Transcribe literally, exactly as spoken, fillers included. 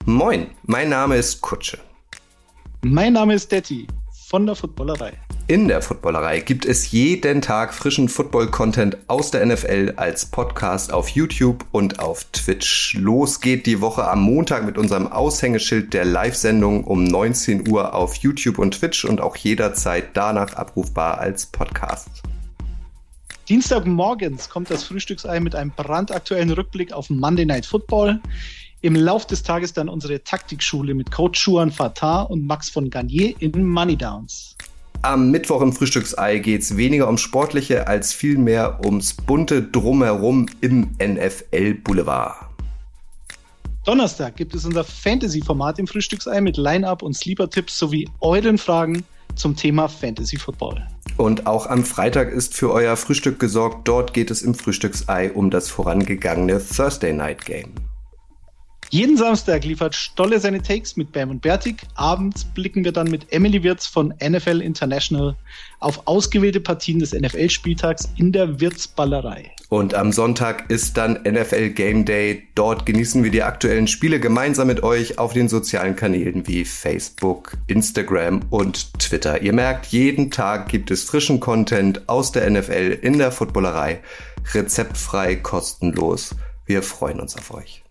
Moin, mein Name ist Kutsche. Mein Name ist Detti von der Footballerei. In der Footballerei gibt es jeden Tag frischen Football-Content aus der N F L als Podcast auf YouTube und auf Twitch. Los geht die Woche am Montag mit unserem Aushängeschild der Live-Sendung um neunzehn Uhr auf YouTube und Twitch und auch jederzeit danach abrufbar als Podcast. Dienstagmorgens kommt das Frühstücksei mit einem brandaktuellen Rückblick auf Monday Night Football. Im Lauf des Tages dann unsere Taktikschule mit Coach Juan Fatah und Max von Garnier in Money Downs. Am Mittwoch im Frühstücksei geht's weniger ums Sportliche als vielmehr ums bunte Drumherum im N F L-Boulevard. Donnerstag gibt es unser Fantasy-Format im Frühstücksei mit Line-Up und Sleeper-Tipps sowie euren Fragen zum Thema Fantasy-Football. Und auch am Freitag ist für euer Frühstück gesorgt. Dort geht es im Frühstücksei um das vorangegangene Thursday Night Game. Jeden Samstag liefert Stolle seine Takes mit Bam und Bertig. Abends blicken wir dann mit Emily Wirtz von N F L International auf ausgewählte Partien des N F L-Spieltags in der Wirtzballerei. Und am Sonntag ist dann N F L Game Day. Dort genießen wir die aktuellen Spiele gemeinsam mit euch auf den sozialen Kanälen wie Facebook, Instagram und Twitter. Ihr merkt, jeden Tag gibt es frischen Content aus der N F L in der Footballerei. Rezeptfrei, kostenlos. Wir freuen uns auf euch.